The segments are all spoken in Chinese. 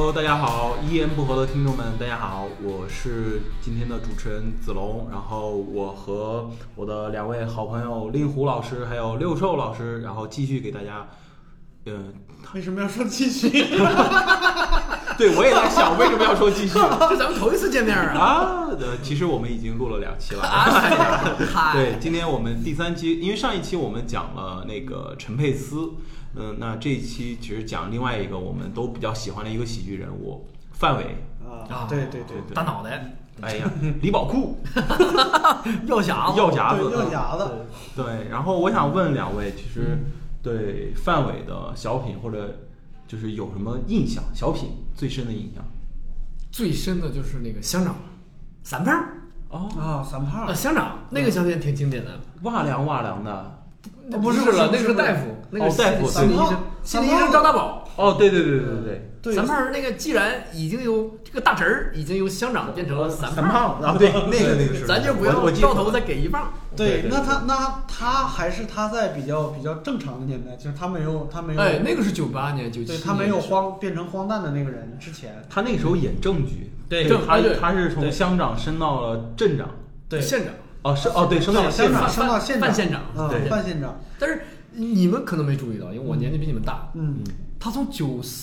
Hello， 大家好，一言不合的听众们，大家好，我是今天的主持人子龙。然后我和我的两位好朋友令狐老师还有六兽老师，然后继续给大家， 为什么要说继续？ 对，我也在想为什么要说继续。 这咱们头一次见面啊！ 其实我们已经录了2期了。对，今天我们第3期，因为上一期我们讲了那个陈佩斯。那这一期其实讲另外一个我们都比较喜欢的一个喜剧人物范伟啊，对， 大脑袋， 哎呀，李宝库， 药匣子， 对。然后我想问两位，其实对范伟的小品或者就是有什么印象？小品最深的印象？ 最深的就是那个乡长三胖三胖乡长那个小品挺经典的， 哇凉的。 不是了，那个是大夫，那个大夫， 心理医生张大宝。 对， 三胖那个既然已经由这个大侄儿已经由乡长变成了三胖啊，对，那个是， 咱就不要到头再给一棒。 对，那他还是他在比较正常的年代，就是他没有， 哎，那个是98年、97年， 对，他没有变成荒诞的那个人之前， 他那个时候演正剧， 对， 他是从乡长升到了镇长， 对， 县长。 对， 升到乡长，升到县长， 范县长， 范县长。 但是你们可能没注意到，因为我年纪比你们大。他从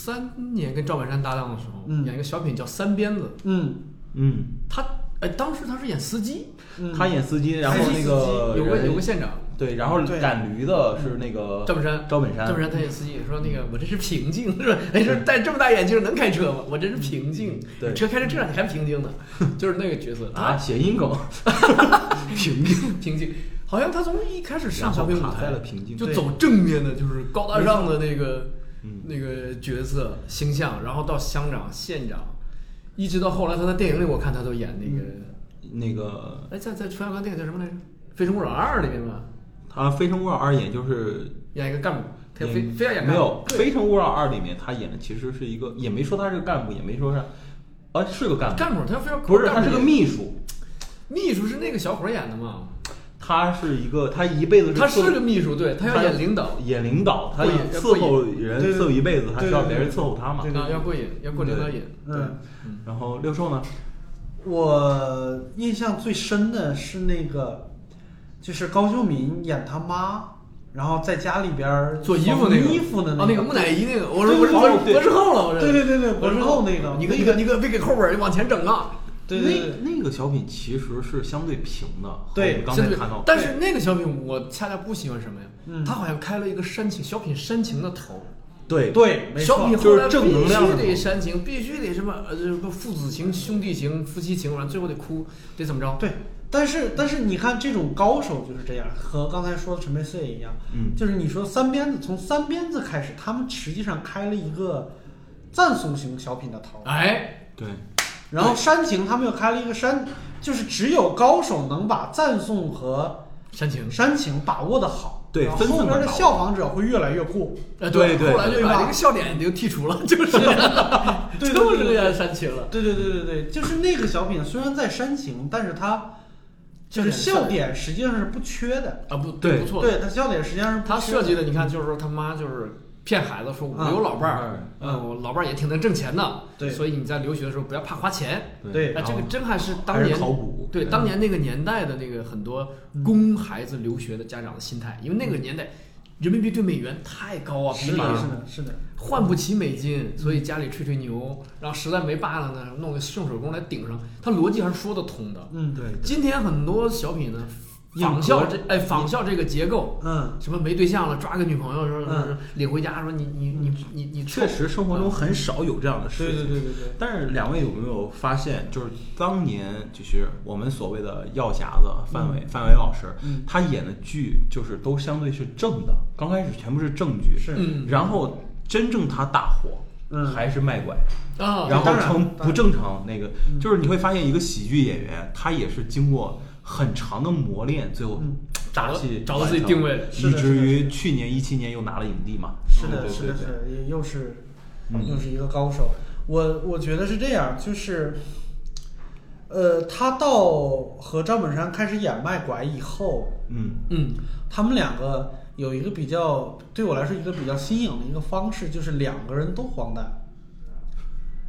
93年跟赵本山搭档的时候，演一个小品叫《三鞭子》。他当时他是演司机， 他演司机，然后那个有个县长。 对，然后赶驴的是那个赵本山他演司机，说那个我这是平静，是吧？哎，说戴这么大眼镜能开车吗？我这是平静， 对， 车开成这样你还平静呢，就是那个角色啊，谐音梗， 平静，好像他从一开始上小品舞台就走正面的，就是高大上的那个角色形象，然后到乡长、县长，一直到后来他在电影里，我看他都演那个，哎，在冯小刚电影叫什么来着？《非诚勿扰2》里面吧。 他《非诚勿扰2》演就是演一个干部，他非要演干部。 没有，《非诚勿扰2》里面他演的其实是一个，也没说他是个干部，也没说是，是个干部。 干部，他非要不是，他是个秘书。 秘书是那个小伙演的吗？ 他是一个，他一辈子他是个秘书，对，他要演领导， 他伺候人伺候一辈子，他需要别人伺候他嘛。 要过瘾，要过领导瘾。 对。然后六兽呢？ 我印象最深的是那个。就是高秀敏演他妈，然后在家里边做衣服的那个木乃伊那个，我说博士后了， 对，博士后那个， 你个别给后边往前整啊！ 对， 那个小品其实是相对平的， 对， 刚才看到。 但是那个小品我恰恰不喜欢什么呀？他好像开了一个小品煽情的头。 对， 小品后来正能量， 必须得煽情，必须得什么父子情、兄弟情、夫妻情，完最后得哭，得怎么着？ 对。但是你看这种高手就是这样，和刚才说的陈佩斯也一样，就是你说从三鞭子开始，他们实际上开了一个赞颂型小品的头， 哎， 对， 然后煽情他们又开了一个就是只有高手能把赞颂和煽情把握的好， 对， 后边的效仿者会越来越过， 对，后来就把这个笑点就剔除了，就是就是这样煽情了， 对，就是那个小品虽然在煽情，但是它。就是笑点实际上是不缺的啊，不错， 对他笑点实际上是不缺的。 他设计的，你看，就是说他妈就是骗孩子说，我有老伴儿，我老伴儿也挺能挣钱的， 对， 所以你在留学的时候不要怕花钱， 对， 这个真还是当年考古， 对当年那个年代的那个很多供孩子留学的家长的心态，因为那个年代人民币对美元太高啊， 是的，换不起美金，所以家里吹牛，然后实在没办法了呢，弄个顺手工来顶上，他逻辑还是说得通的。 对。 今天很多小品呢，仿效这个结构，什么没对象了抓个女朋友说领回家说你确实生活中很少有这样的事情。 对。 但是两位有没有发现，就是当年就是我们所谓的药匣子范伟老师，他演的剧就是都相对是正的，刚开始全部是正剧，然后真正他大火。还是卖拐然后成不正常那个，就是你会发现一个喜剧演员，他也是经过很长的磨练，最后找到自己定位， 以至于去年17年又拿了影帝嘛。 是的，又是一个高手。我觉得是这样，就是他到和赵本山开始演卖拐以后，他们两个。有一个对我来说一个比较新颖的一个方式，就是两个人都荒诞。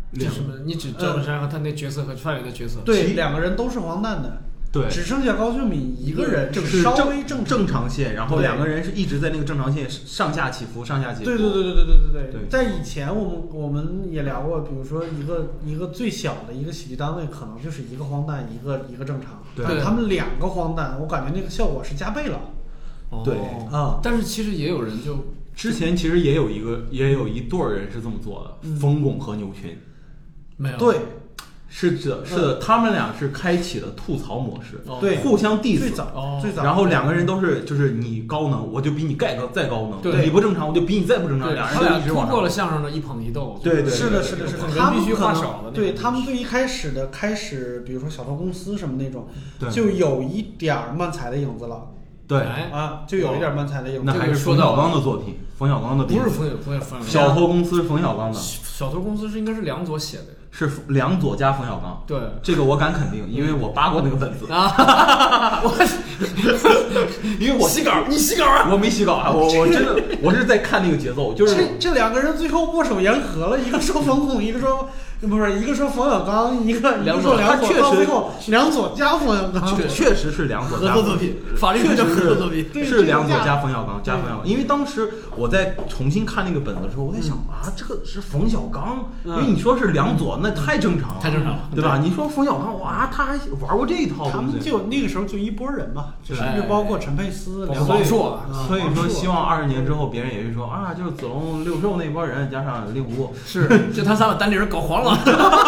这什么？你指赵本山和他那角色和范伟的角色？ 对，两个人都是荒诞的。 对， 只剩下高秀敏一个人是稍微正常线，然后两个人是一直在那个正常线上下起伏，上下起伏。 对。在以前我们也聊过，比如说一个最小的一个喜剧单位，可能就是一个荒诞，一个正常。 对， 他们两个荒诞，我感觉那个效果是加倍了。 对啊， 但是其实也有人就之前其实也有一对人是这么做的，冯巩和牛群。 没有。 对。 是的，他们俩是开启了吐槽模式， 对， 互相 diss， 最早， 然后两个人都是就是你高能，我就比你再高能， 对， 你不正常，我就比你再不正常， 他俩突破了相声的一捧一逗， 对， 是的， 他们必须画少的， 对他们最一开始，比如说小偷公司什么那种，就有一点漫才的影子了。 对啊，就有一点漫才的影子。 那还是冯小刚的作品，冯小刚的不是冯小偷公司是冯小刚的， 小偷公司是应该是梁左写的。 是梁左加冯小刚， 对， 这个我敢肯定，因为我扒过那个本子啊。 因为我洗稿，你洗稿啊？ 我没洗稿啊，我真的我是在看那个节奏，就是这两个人最后握手言和了，一个说冯巩，一个说冯小刚，一个说梁左，到最后梁左加冯小刚， 确实是梁左加合作作品，法律叫合作作品， 是梁左加冯小刚加冯小刚。因为当时我在重新看那个本子的时候，我在想啊，这个是冯小刚，因为你说是梁左，那太正常了，对吧？你说冯小刚，哇，他还玩过这一套， 他们就那个时候就一拨人嘛，甚至包括陈佩斯、梁硕， 所以说希望20年之后别人也会说啊，就是子龙、六兽那波人加上令狐， 是就他仨把单立人搞黄了。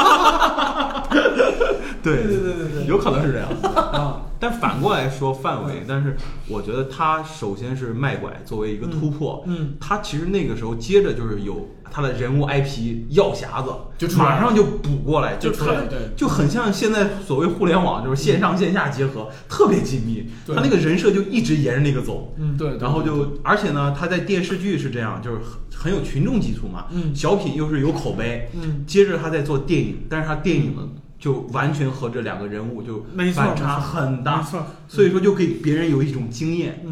对，有可能是这样啊。但反过来说，范伟，但是我觉得他首先是卖拐作为一个突破，他其实那个时候接着就是有他的人物 IP 药匣子， 就马上就补过来， 就就很像现在所谓互联网，就是线上线下结合，特别紧密。他那个人设就一直沿着那个走， 对。 然后而且呢，他在电视剧是这样，就是很有群众基础嘛，小品又是有口碑，接着他在做电影，但是他电影呢就完全和这两个人物就反差很大，所以说就给别人有一种惊艳。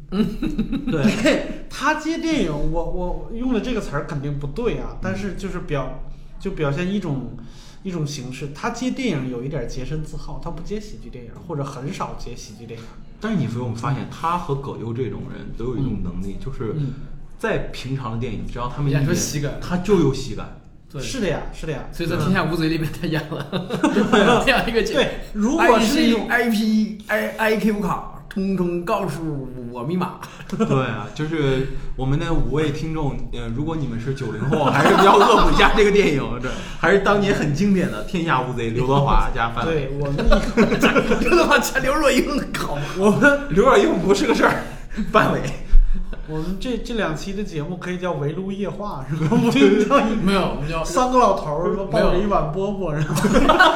对， 他接电影，我用的这个词儿肯定不对啊，但是就是表现一种形式。他接电影有一点洁身自好，他不接喜剧电影，或者很少接喜剧电影。 但是你会发现，他和葛优这种人都有一种能力，就是在平常的电影，只要他们演出喜感， 他就有喜感。 对，是的呀。所以在《天下无贼》里面，他演了这样一个角色。 对，如果是用 IQ 卡，通通告诉我密码。 对啊，就是我们的5位听众，如果你们是90后，还是比较恶补一下这个电影，这还是当年很经典的《天下无贼》，刘德华加范伟。 对，我们刘德华加刘若英，靠， 我们刘若英不是个事儿，范伟。 我们这2期的节目可以叫围炉夜话，是吧？ 没有，我们叫 3个老头儿抱着一碗饽饽，然后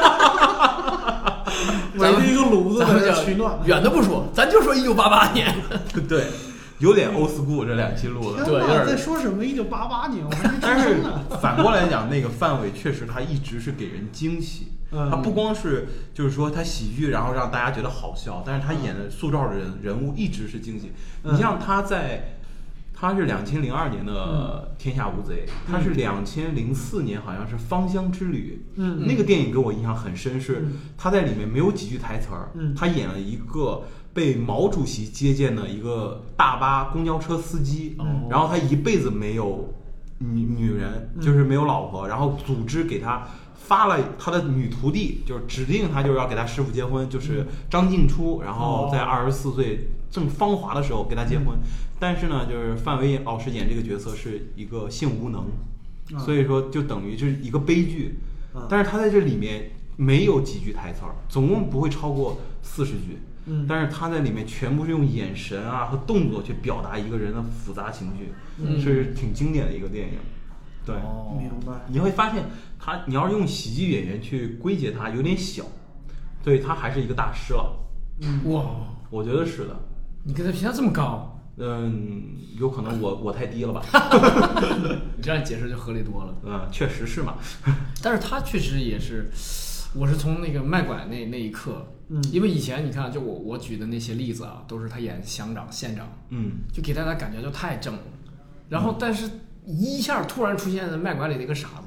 围着一个炉子在那取暖。 远的不说，咱就说1988年。 对，有点 old school 这2期录的。 对，在说什么1988年？我还没出生呢。 但是反过来讲，那个范伟确实他一直是给人惊喜。他不光是就是说他喜剧，然后让大家觉得好笑，但是他演的塑造的人物一直是惊喜。你像他是2002年的《天下无贼》，他是2004年好像是《芳香之旅》，那个电影给我印象很深，是他在里面没有几句台词儿，他演了一个被毛主席接见的一个大巴公交车司机，然后他一辈子没有女人，就是没有老婆，然后组织给他发了他的女徒弟，就是指定他就是要给他师傅结婚，就是张静初，然后在24岁正芳华的时候给他结婚，但是呢，就是范伟老师演这个角色是一个性无能，所以说就等于就是一个悲剧，但是他在这里面没有几句台词儿，总共不会超过40句，但是他在里面全部是用眼神啊和动作去表达一个人的复杂情绪，是挺经典的一个电影。对， 明白。 你会发现你要是用喜剧演员去归结他，有点小，对，他还是一个大师了。 哇， 我觉得是的。 你给他评价这么高？ 有可能我太低了吧？ 你这样解释就合理多了。 确实是嘛。 但是他确实也是，我是从那个卖拐那一刻，因为以前你看，就我举的那些例子啊，都是他演乡长、县长，就给大家感觉就太正了。然后，但是一下突然出现在卖拐里的一个傻子，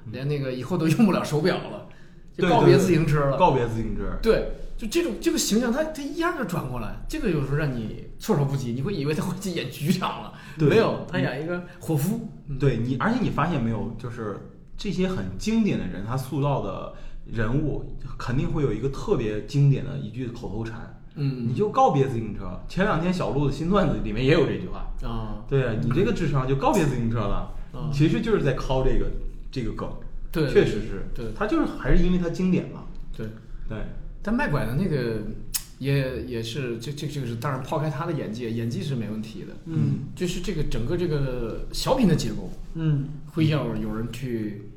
连那个以后都用不了手表了，就告别自行车了。 告别自行车。 对，就这个形象，他一样就转过来，这个有时候让你措手不及，你会以为他会去演局长了，没有，他演一个伙夫。 对你，而且你发现没有，就是这些很经典的人，他塑造的人物肯定会有一个特别经典的一句口头禅。你就告别自行车。前2天小鹿的新段子里面也有这句话啊。 对啊，你这个智商就告别自行车了。其实就是在靠这个梗。 对， 确实是。 对， 他就是还是因为他经典嘛。 对。 对。 但卖拐的那个也是这个是当然抛开他的演技是没问题的。就是这个整个这个小品的结构，会要有人去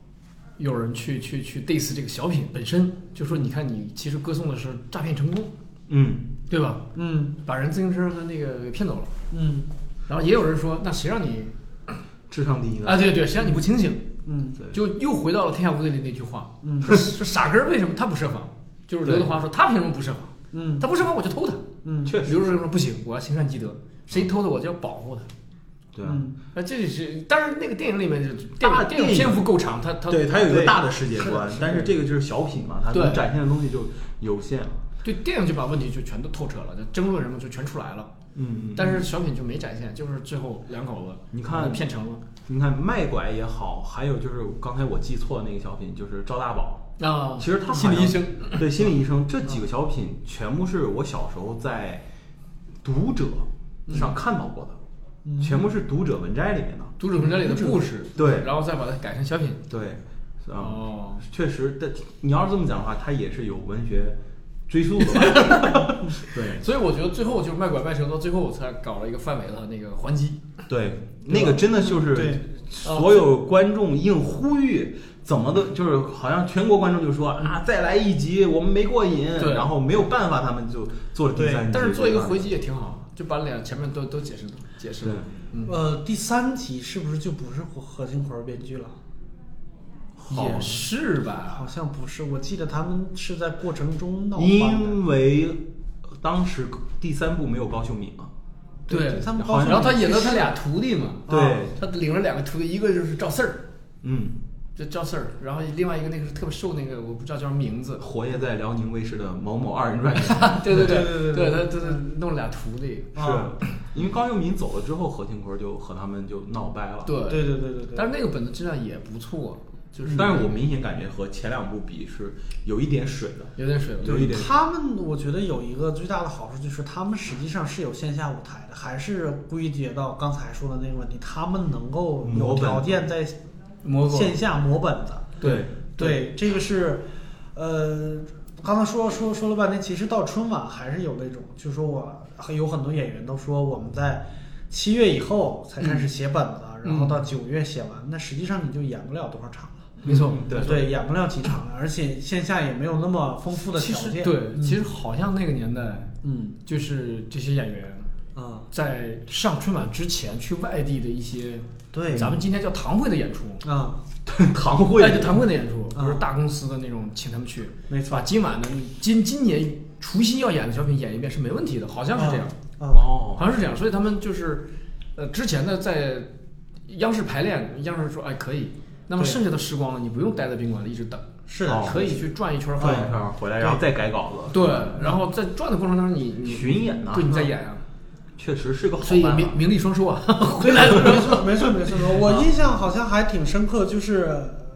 diss 这个小品本身，就说你看你其实歌颂的是诈骗成功。对吧？把人自行车和那个给骗走了。然后也有人说，那谁让你智商第一的啊？对，谁让你不清醒？就又回到了天下无敌里那句话，说傻根为什么他不设防？就是刘德华说他凭什么不设防？他不设防我就偷他。 确实。 刘润说不行，我要行善积德，谁偷的我就要保护他。 对啊。 这是当然那个电影里面电影篇幅够长，它对它有一个大的世界观，但是这个就是小品嘛，它能展现的东西就有限。 对，电影就把问题就全都透彻了，就争论什么就全出来了。但是小品就没展现，就是最后2口子你看骗成了。 你看卖拐也好，还有就是刚才我记错的那个小品，就是赵大宝啊。 其实他心理医生， 对心理医生这几个小品全部是我小时候在读者上看到过的，全部是读者文摘里面的。 读者文摘里的故事， 对， 然后再把它改成小品。 对，确实，但你要是这么讲的话，它也是有文学追溯的吧。对， 所以我觉得最后就是卖拐卖车，到最后才搞了一个范伟的那个还击。 对，那个真的就是所有观众硬呼吁，怎么的，就是好像全国观众就说啊，再来一集，我们没过瘾。然后没有办法，他们就做了第3集。 但是做一个回击也挺好，就把前面都解释了。 第3集是不是就不是何庆魁编剧了？ 也是吧， 好像不是，我记得他们是在过程中闹翻的。 因为当时第3部没有高秀敏嘛。 对， 他们然后他引了他俩徒弟嘛。 对， 他领了2个徒弟，一个就是赵四儿。就赵四儿，然后另外一个那个是特别瘦那个，我不知道叫什么名字。 活跃在辽宁卫视的某某2人转。 对，他弄了2徒弟。 是因为高秀敏走了之后，何庆魁就和他们就闹掰了。 对。 但是那个本子质量也不错。 但是我明显感觉和前2部比是有一点水的， 有点水。 他们我觉得有一个最大的好处就是他们实际上是有线下舞台的，还是归结到刚才说的那个问题，他们能够有条件在线下磨本子。对，这个是刚才说了半天，其实到春晚还是有那种，就是说我有很多演员都说我们在7月以后才开始写本子，然后到9月写完，那实际上你就演不了多少场了。 没错， 对，演不了几场了，而且线下也没有那么丰富的条件。 其实好像那个年代，就是这些演员在上春晚之前去外地的一些， 对， 咱们今天叫堂会的演出堂会的演出，不是大公司的那种，请他们去， 没错， 把今晚的今年除夕要演的小品演一遍是没问题的，好像是这样。 好像是这样，所以他们就是之前的在央视排练，央视说哎可以。那么剩下的时光呢？你不用待在宾馆里一直等， 是的， 可以去转一圈回来，然后再改稿子。 对，然后在转的过程当中，你巡演呢？ 对，你再演啊， 确实是个好办法。所以名利双收啊，回来了。 没错。我印象好像还挺深刻，就是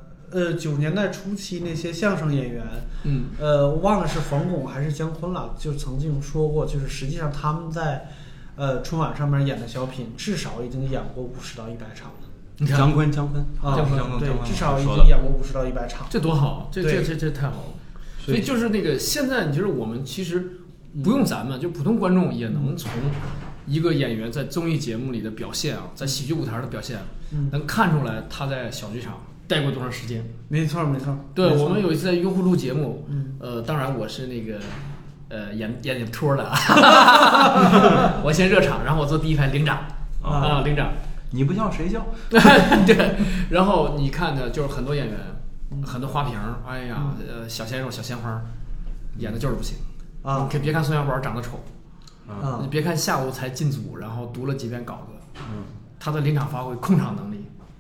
90年代初期那些相声演员，忘了是冯巩还是姜昆了，就曾经说过，就是实际上他们在春晚上面演的小品，至少已经演过50到100场了。 姜昆对，至少已经演过50到100场， 这多好，这太好了。所以就是那个现在，你就是我们其实不用咱们，就普通观众也能从一个演员在综艺节目里的表现啊，在喜剧舞台的表现，能看出来他在小剧场待过多长时间。 没错。 对，我们有一次在优酷录节目，当然我是那个演托的，我先热场，然后我坐第一排领奖领奖。 你不笑谁笑？ 对，然后你看的就是很多演员，很多花瓶，哎呀，小鲜肉、小鲜花，演的就是不行啊！可别看宋小宝长得丑啊，你别看下午才进组，然后读了几遍稿子，他的临场发挥、控场能力，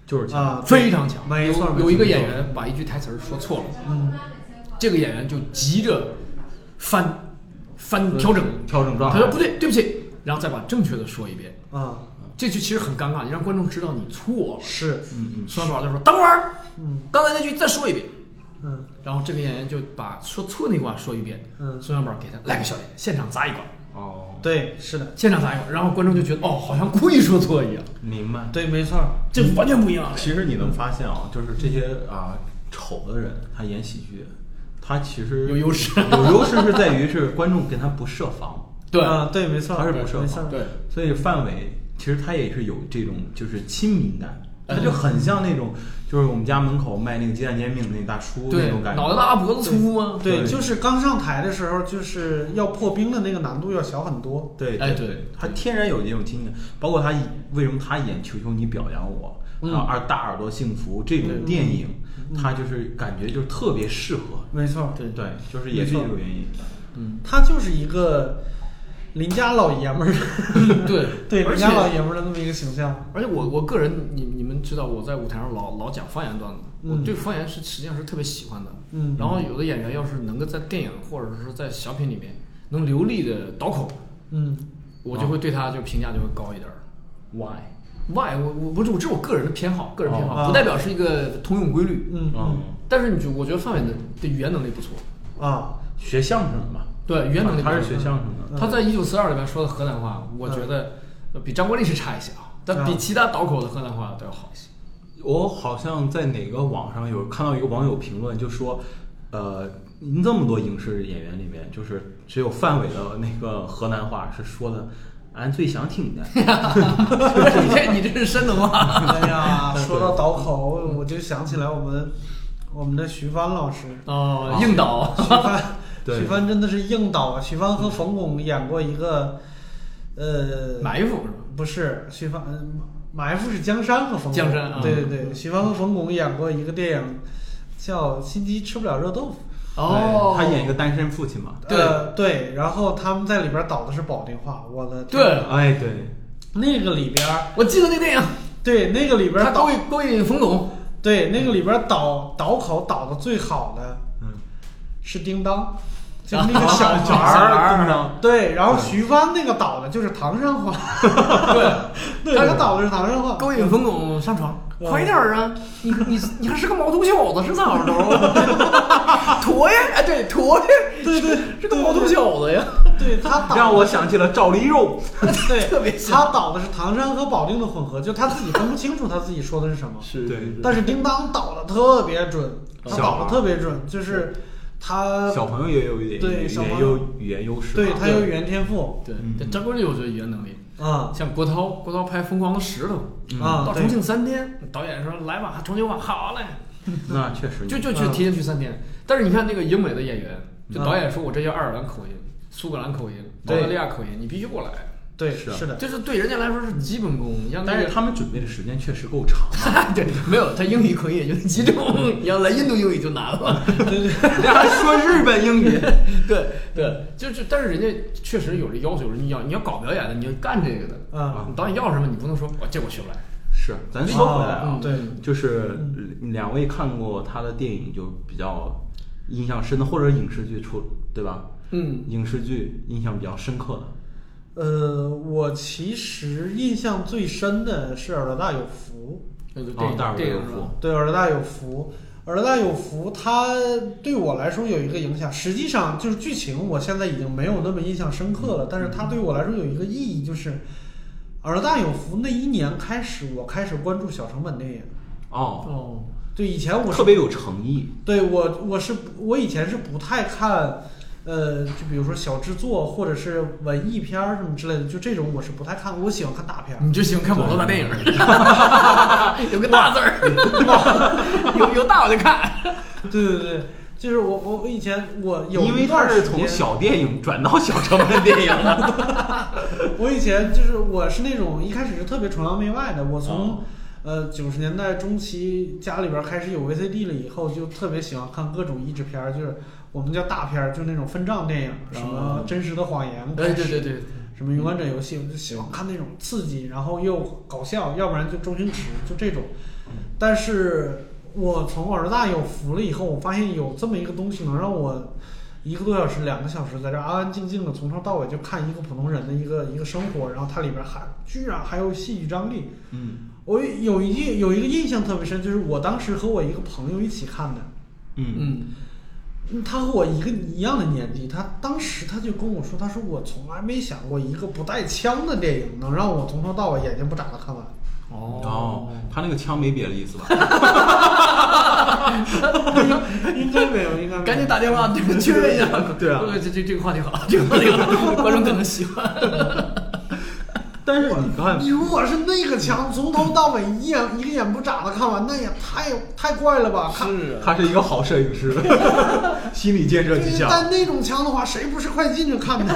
就是强， 非常强。 没错， 有一个演员把一句台词说错了，这个演员就急着翻调整状态， 他说不对，对不起，然后再把正确的说一遍啊。 这句其实很尴尬，你让观众知道你错了。 是， 孙小宝就说等会儿，刚才那句再说一遍。然后这个演员就把说错那句话说一遍。孙小宝给他来个笑点，现场砸一管。 哦，对，是的， 现场砸一管，然后观众就觉得好像故意说错一样。 明白， 对，没错， 这完全不一样。 其实你能发现就是这些丑的人，他演喜剧，他其实有优势， 是在于是观众跟他不设防。 对对，没错， 他是不设防。 对， 所以范伟其实他也是有这种就是亲民感，他就很像那种就是我们家门口卖那个鸡蛋煎饼那大叔那种感觉， 脑袋大脖子粗吗？ 对，就是刚上台的时候，就是要破冰的那个难度要小很多。 对， 对， 他天然有这种亲民感，包括他为什么他演《求求你表扬我》大耳朵幸福这种电影，他就是感觉就是特别适合。 没错， 对，就是也是这个原因。 他就是一个邻家老爷们儿，对，邻家老爷们儿的那么一个形象。 而且我个人，你们知道我在舞台上老讲方言段子，我对方言实际上是特别喜欢的。然后有的演员要是能够在电影或者是在小品里面能流利的倒口，我就会对他就评价就会高一点。Why？ 我不是，这是我个人的偏好，不代表是一个通用规律。但是我觉得范伟的语言能力不错啊， 学相声的嘛。 对，语言能力他是学相声的。 他在1942里面说的河南话，我觉得比张国立是差一些但比其他倒口的河南话都要好一些。 我好像在哪个网上有看到一个网友评论，就说，那么多影视演员里面，就是只有范伟的那个河南话是说的，俺最想听的。 你这是山东话。 哎呀，说到倒口，我就想起来我们的徐帆老师硬倒。 徐帆真的是硬倒啊！徐帆和冯巩演过一个， 埋伏不是徐帆，埋伏是江山和冯巩。 江山， 对，徐帆和冯巩演过一个电影，叫《心机吃不了热豆腐》。 他演一个单身父亲嘛。 对，然后他们在里边导的是保定话，我的天。 对， 那个里边我记得那电影。 对，那个里边他勾引冯巩。 对，那个里边倒口倒的最好的，是叮当。就是那个小孩儿，对，然后徐帆那个导的就是唐山话，对，他导的是唐山话， 勾引冯巩上床，快点啊！你还是个毛头小子是咋着？驼呀，对，驼呀， 对， 是个毛头小子呀。 对他让我想起了赵丽蓉， 对， 特别像。 他导的是唐山和保定的混合，就他自己分不清楚他自己说的是什么。 是，对。 但是叮当导的特别准，他导的特别准，就是他小朋友也有一点语言优势， 对他有语言天赋。 对，张国立我觉得语言能力像郭涛拍《疯狂的石头》到重庆3天，导演说来吧，重庆话好嘞。 那确实就提前去3天。但是你看那个英美的演员，就导演说我这些爱尔兰口音、苏格兰口音、澳大利亚口音，你必须过来。 对，是的， 就是对人家来说是基本功。 但是他们准备的时间确实够长。 对，没有他英语口音也就几种，你要来印度英语就难了。 对， 人家还说日本英语。 对，但是人家确实有这要求，你要搞表演的，你要干这个的。你导演要什么，你不能说这我学不来。 是，咱说回来对， 就是两位看过他的电影就比较印象深的，或者影视剧对吧？影视剧印象比较深刻的。 我其实印象最深的是《耳朵大有福》。 电影对，《耳朵大有福》，《耳朵大有福》它对我来说有一个影响，实际上就是剧情，我现在已经没有那么印象深刻了。但是它对我来说有一个意义，就是《耳朵大有福》那一年开始，我开始关注小成本电影。对，以前我特别有诚意。 对，我以前是不太看。就比如说小制作或者是文艺片什么之类的，就这种我是不太看，我喜欢看大片。 你就喜欢看网络大电影，有个大字儿，有大我就看。 对，就是我以前有因为他是从小电影转到小成本电影了。 我以前我是那种一开始是特别崇洋媚外的，我从90年代中期家里边开始有 VCD 了以后，就特别喜欢看各种译制片，就是我们叫大片，就那种分账电影，什么真实的谎言， 对， 什么勇敢者游戏，我就喜欢看那种刺激，然后又搞笑，要不然就周星驰，就这种。 但是我从尔大有福了以后，我发现有这么一个东西能让我1个多小时、2个小时在这安安静静的从头到尾就看一个普通人的一个生活，然后它里边居然还有戏剧张力。我有一个印象特别深，就是我当时和我一个朋友一起看的。他和我一样的年纪，他当时他就跟我说，他说我从来没想过一个不带枪的电影能让我从头到尾眼睛不眨的看完。 他那个枪没别的意思吧？ 应该没有，应该没有。 赶紧打电话确认一下。 对啊， 这个话题好，这个话题好，观众可能喜欢。 但是你看， 如果是那个枪从头到尾一个眼不眨的看完，那也太怪了吧？ 是， 他是一个好摄影师，心理建设技巧。 但那种枪的话，谁不是快进着看的？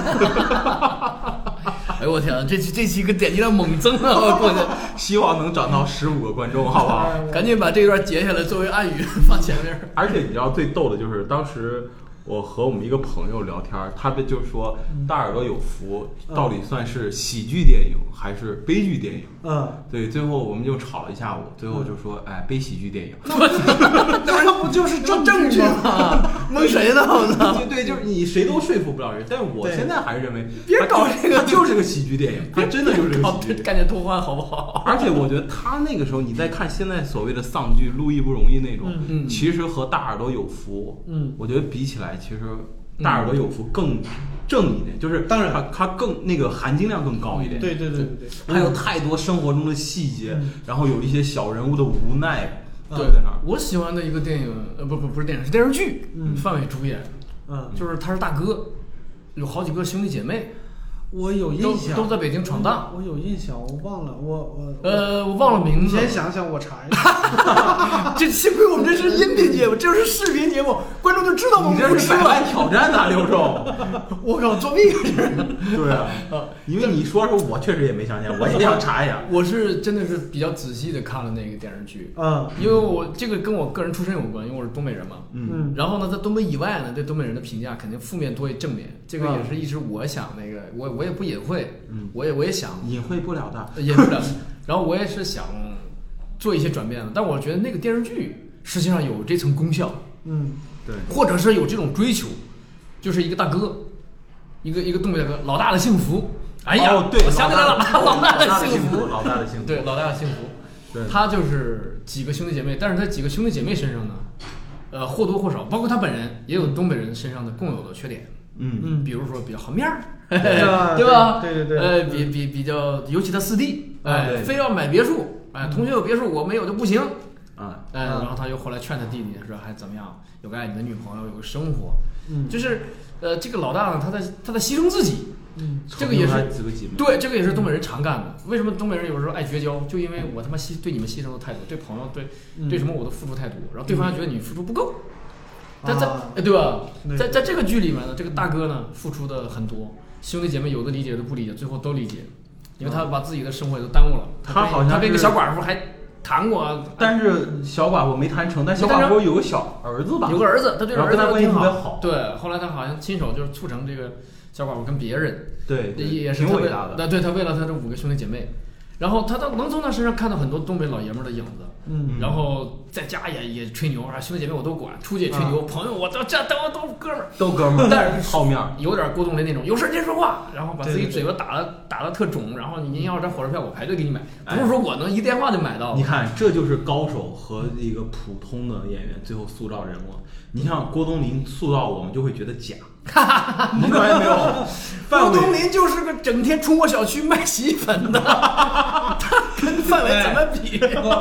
哎呦我天啊，这期个点击量猛增啊！我去， 希望能涨到15个观众，好不好？ 赶紧把这段截下来作为暗语放前面。 而且你知道最逗的就是当时我和我们一个朋友聊天，他们就说《大耳朵有福》到底算是喜剧电影还是悲剧电影？对，最后我们就吵了一下午，最后就说，悲喜剧电影。 那不就是正剧吗？蒙谁呢？ 对，就是你谁都说服不了人。但是我现在还是认为， 别搞这个， 它就是个喜剧电影，它真的就是个喜剧。 赶紧偷换好不好？ 而且我觉得他那个时候，你再看现在所谓的丧剧，路易不容易那种，其实和大耳朵有福，我觉得比起来，其实大耳朵有福更正一点，就是当然它更那个含金量更高一点。 对， 还有太多生活中的细节，然后有一些小人物的无奈。 对， 在那儿。 我喜欢的一个电影，不是电影，是电视剧，范伟主演，就是他是大哥，有好几个兄弟姐妹。 我有印象， 都在北京闯荡。 我有印象，我忘了， 我忘了名字。 你先想想，我查一下。 这幸亏我们这是音频节目，这是视频节目，观众就知道我们不是百万挑战呐，刘总。 我靠，作弊是。 对啊，因为你说我确实也没想起来，我也想查一下。 我是真的是比较仔细的看了那个电视剧，因为我这个跟我个人出身有关，因为我是东北人嘛，然后呢，在东北以外呢，对东北人的评价肯定负面多于正面，这个也是一直我想那个我也不隐晦，我也想隐晦不了的， 隐晦不了。然后我也是想做一些转变的，但我觉得那个电视剧实际上有这层功效， 对， 或者是有这种追求，就是一个大哥，一个东北大哥，老大的幸福。哎呀， 对， 我想起来了，老大的幸福，老大的幸福， 对，老大的幸福。对，他就是几个兄弟姐妹，但是他几个兄弟姐妹身上呢，或多或少，包括他本人，也有东北人身上的共有的缺点。比如说比较好面儿，对吧？ 对， 比较，尤其他四弟，非要买别墅，同学有别墅我没有就不行，然后他又后来劝他弟弟说还怎么样，有个爱你的女朋友，有个生活，就是这个老大呢，他在牺牲自己，这个也是对，这个也是东北人常干的。为什么东北人有时候爱绝交？就因为我他妈对你们牺牲的太多，对朋友对什么我都付出太多，然后对方觉得你付出不够。对吧？在这个剧里面呢，这个大哥呢付出的很多，兄弟姐妹有的理解有的不理解，最后都理解，因为他把自己的生活也都耽误了。他跟一个小寡妇还谈过， 但是小寡妇没谈成，但小寡妇有个小儿子吧？ 有个儿子，他对儿子关系特别好。 对，后来他好像亲手就是促成这个小寡妇跟别人， 对， 也是挺伟大的。 对，他为了他这5个兄弟姐妹。然后他能从他身上看到很多东北老爷们的影子，然后在家也吹牛，兄弟姐妹我都管，出去也吹牛，朋友我都哥们儿，但是好面有点郭冬临那种，有事先说话，然后把自己嘴巴打得特肿，然后您要是张火车票我排队给你买，不是说我能一电话就买到。 你看，这就是高手和一个普通的演员最后塑造人物。你像郭冬临塑造我们就会觉得假。你发现没有？ 郭冬临就是个整天冲过小区卖洗衣粉的，他跟范伟怎么比？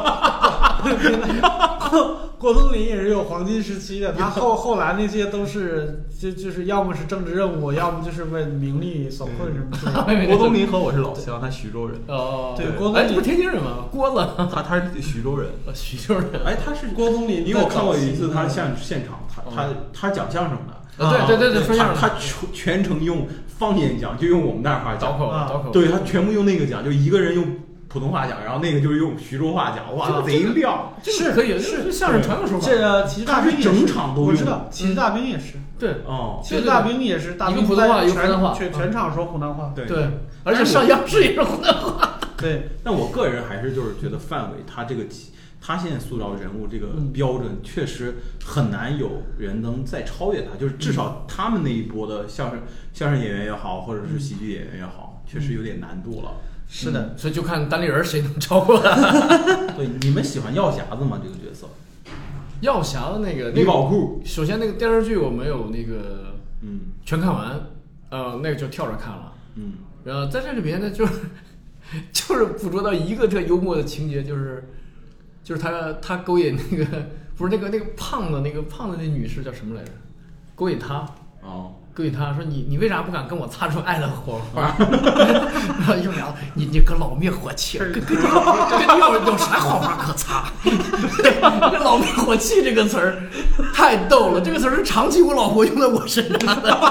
郭冬临也是有黄金时期的，他后来那些都是就是要么是政治任务，要么就是为名利所困什么的。 郭冬临和我是老乡，他徐州人。 对，郭冬临不是天津人吗？郭子， 他是徐州人。 徐州人。 他是郭冬临， 因为我看过一次他现场，他讲相声的。 对，说相声。 他全程用方言讲，就用我们那儿话讲。 倒口。 对，他全部用那个讲，就一个人用普通话讲，然后那个就是用徐州话讲，哇，贼亮。 是可以，是相声传统说法。 这个奇大兵整场都用。 我知道，奇大兵也是。 对， 其实大兵也是大兵， 一个普通话，一个湖南话， 全场说湖南话。 对， 而且上央视也是湖南话。 对， 但我个人还是就是觉得范伟他这个他现在塑造人物这个标准确实很难有人能再超越他，就是至少他们那一波的相声演员也好，或者是喜剧演员也好，确实有点难度了。 是的， 所以就看单立人谁能超过他。 对，你们喜欢药匣子吗？这个角色？ 药匣子那个李宝库， 首先那个电视剧我没有那个全看完，那个就跳着看了。然后在这里边呢，就是捕捉到一个特幽默的情节，就是他勾引那个不是那个胖的那女士叫什么来着？勾引他勾引他说你为啥不敢跟我擦出爱的火花？然后又聊你个老灭火器，跟有啥火花可擦？这老灭火器这个词儿太逗了，这个词儿是长期我老婆用在我身上的。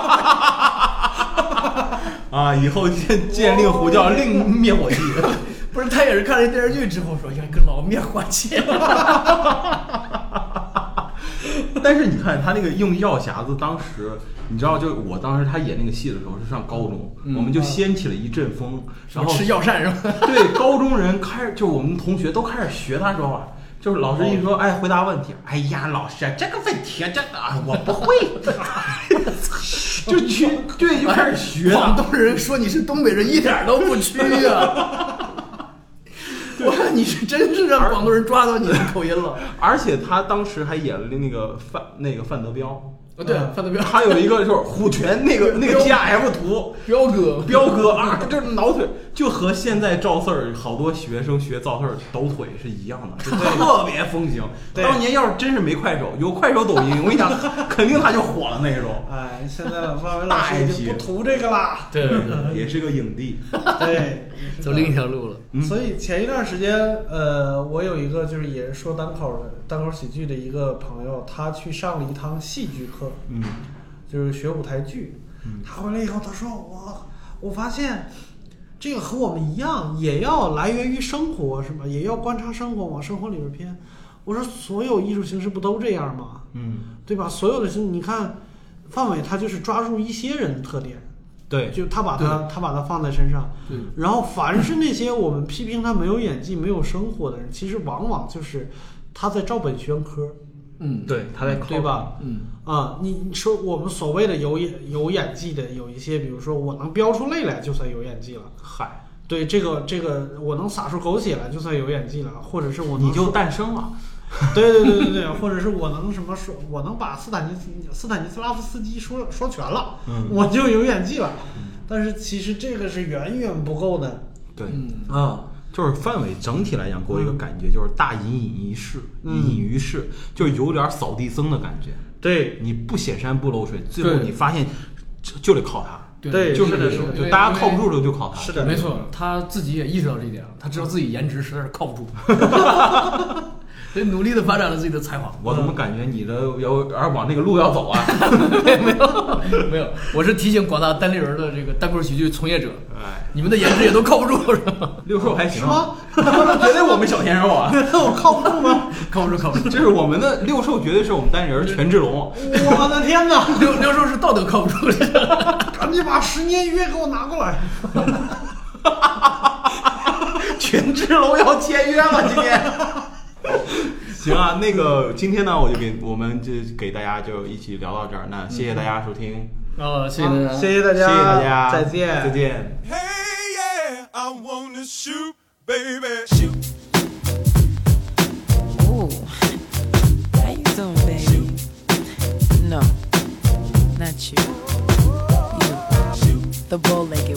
啊，以后见令狐叫令灭火器。 不是，他也是看了电视剧之后说，呀，个老灭火器。 但是你看他那个用药匣子，当时你知道，就我当时他演那个戏的时候是上高中，我们就掀起了一阵风，然后吃药膳是吧？ 对，高中人就我们同学都开始学他说话。就是老师一说，哎，回答问题，哎呀，老师这个问题真的我不会，就开始学。 广东人说你是东北人一点都不屈啊！我看你是真是让广东人抓到你的口音了。 而且他当时还演了那个范德彪。 对，范德彪， 还有一个就是虎拳那个 TRF 图，彪哥啊，就是挠腿，就和现在赵四儿好多学生学赵四儿抖腿是一样的，就特别风行。当年要是真是没快手，有快手抖音，我跟你讲，肯定他就火了那种。 哎，现在范伟老师已经不图这个了， 对， 也是个影帝， 对， 走另一条路了。 所以前一段时间，我有一个就是也是说单口喜剧的一个朋友，他去上了一堂戏剧课。就是学舞台剧。他回来以后，他说我发现这个和我们一样，也要来源于生活，是吧？也要观察生活，往生活里边偏。我说所有艺术形式不都这样吗？对吧？所有的你看范伟，他就是抓住一些人的特点， 对， 就他把它放在身上。 对， 然后凡是那些我们批评他没有演技、没有生活的人，其实往往就是他在照本宣科。 对，他在对吧？你说我们所谓的有演技的，有一些，比如说我能飙出泪来就算有演技了。 嗨， 对，这个我能洒出狗血来就算有演技了，或者是你就诞生了。 对，或者是我能说，我能把斯坦尼斯拉夫斯基说全了，我就有演技了。但是其实这个是远远不够的。 对，就是范伟整体来讲给我一个感觉，就是大隐于市，就是有点扫地僧的感觉。 对， 你不显山不漏水，最后你发现就得靠他。 对， 就是就大家靠不住了就靠他。 是的， 没错，他自己也意识到这一点了，他知道自己颜值实在是靠不住。所以努力的发展了自己的才华。 我怎么感觉你的要往那个路要走啊？ 没有，我是提醒广大单立人的这个单口喜剧从业者，你们的颜值也都靠不住是吧？ 六兽还行是吗？ 绝对我们小鲜肉啊！ 我靠不住吗？ 靠不住。 这是我们的六兽，绝对是我们单立人权志龙。 我的天哪！ 六兽是道德靠不住的， 赶紧把10年约给我拿过来。 权志龙要签约了，今天。行啊，那个今天呢，我们就给大家就一起聊到这儿。那谢谢大家收听。 谢谢大家， 谢谢大家，再见， 再见。 Hey yeah, I wanna shoot, baby, shoot. Ooh, how you doing, baby? No, not you. You, the bow-legged